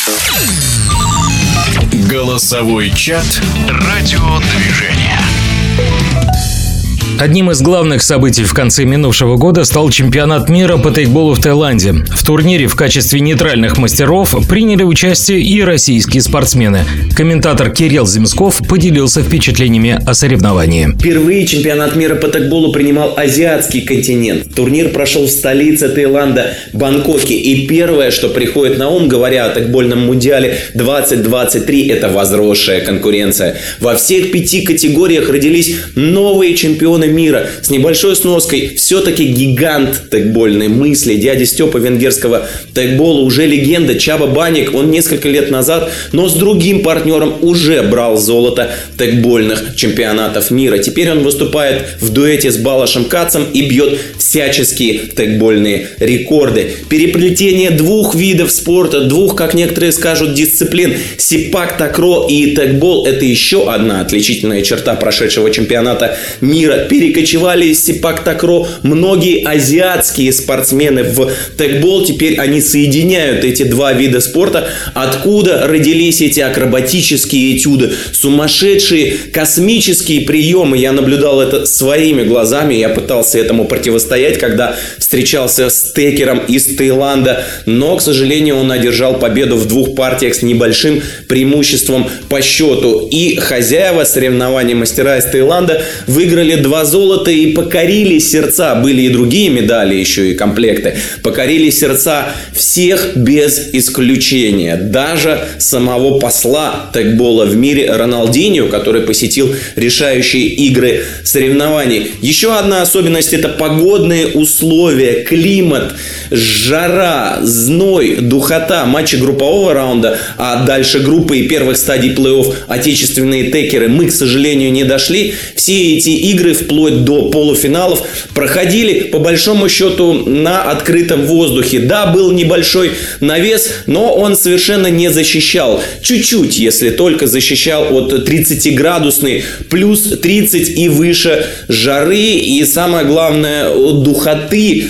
Голосовой чат радиодвижения. Одним из главных событий в конце минувшего года стал чемпионат мира по тейкболу в Таиланде. В турнире в качестве нейтральных мастеров приняли участие и российские спортсмены. Комментатор Кирилл Земсков поделился впечатлениями о соревновании. Впервые чемпионат мира по тейкболу принимал азиатский континент. Турнир прошел в столице Таиланда Бангкоке. И первое, что приходит на ум, говоря о тейкбольном мундиале 2023, это возросшая конкуренция. Во всех 5 категориях родились новые чемпионы мира с небольшой сноской. Все-таки гигант тейкбольной мысли. Дядя Степа венгерского тейкбола, уже легенда. Чаба Баник, он несколько лет назад, но с другим партнером уже брал золото тейкбольных чемпионатов мира. Теперь он выступает в дуэте с Балашем Кацем и бьет всяческие тейкбольные рекорды. Переплетение двух видов спорта, двух, как некоторые скажут, дисциплин, сипак такро и тейкбол, это еще одна отличительная черта прошедшего чемпионата мира. Перекочевали из сипак такро многие азиатские спортсмены в тейкбол. Теперь они соединяют эти два вида спорта. Откуда родились эти акробатические этюды, сумасшедшие космические приемы? Я наблюдал это своими глазами. Я пытался этому противостоять, когда встречался с текером из Таиланда. Но, к сожалению, он одержал победу в 2 партиях с небольшим преимуществом по счету. И хозяева соревнований, мастера из Таиланда, выиграли 2 золота и покорили сердца. Были и другие медали, еще и комплекты. Покорили сердца всех без исключения. Даже самого посла тейкбола в мире Роналдиньо, который посетил решающие игры соревнований. Еще одна особенность – это погодные условия, климат, жара, зной, духота. Матчи группового раунда, а дальше группы и первых стадий плей-офф отечественные текеры мы, к сожалению, не дошли. Все эти игры вплоть до полуфиналов проходили по большому счету на открытом воздухе. Да, был небольшой навес, но он совершенно не защищал. Чуть-чуть, если только защищал от 30-градусной плюс 30 и выше жары. И самое главное, от духоты.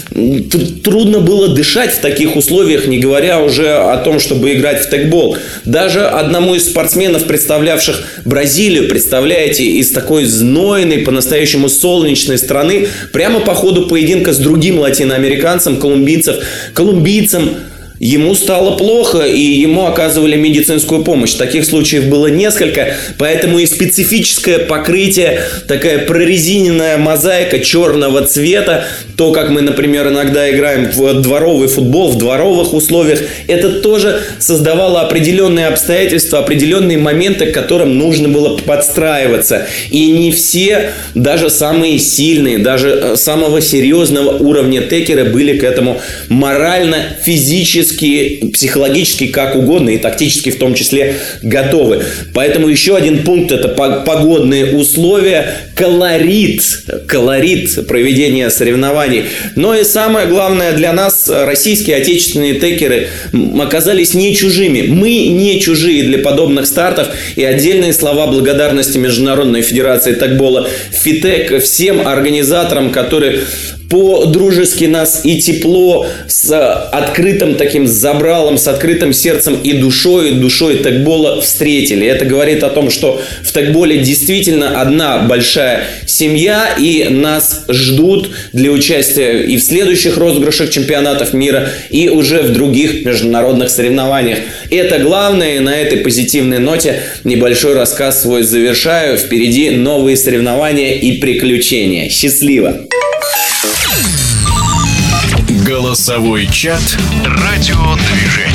Трудно было дышать в таких условиях, не говоря уже о том, чтобы играть в тейкбол. Даже одному из спортсменов, представлявших Бразилию, представляете, из такой знойной, по-настоящему солнечной страны, прямо по ходу поединка с другим латиноамериканцем, колумбийцем, ему стало плохо, и ему оказывали медицинскую помощь. Таких случаев было несколько, поэтому и специфическое покрытие, такая прорезиненная мозаика черного цвета, то, как мы, например, иногда играем в дворовый футбол, в дворовых условиях, это тоже создавало определенные обстоятельства, определенные моменты, к которым нужно было подстраиваться. И не все, даже самые сильные, даже самого серьезного уровня текеры были к этому морально, физически, психологически, как угодно, и тактически в том числе готовы. Поэтому еще один пункт – это погодные условия, колорит проведения соревнований. Но и самое главное для нас, российские отечественные текеры оказались не чужими. Мы не чужие для подобных стартов. И отдельные слова благодарности Международной Федерации тейкбола ФИТЕК, всем организаторам, которые по-дружески нас и тепло, с открытым таким забралом, с открытым сердцем и душой тейкбола встретили. Это говорит о том, что в тейкболе действительно одна большая семья, и нас ждут для участия и в следующих розыгрышах чемпионатов мира, и уже в других международных соревнованиях. Это главное, и на этой позитивной ноте небольшой рассказ свой завершаю. Впереди новые соревнования и приключения. Счастливо! Голосовой чат радиодвижения.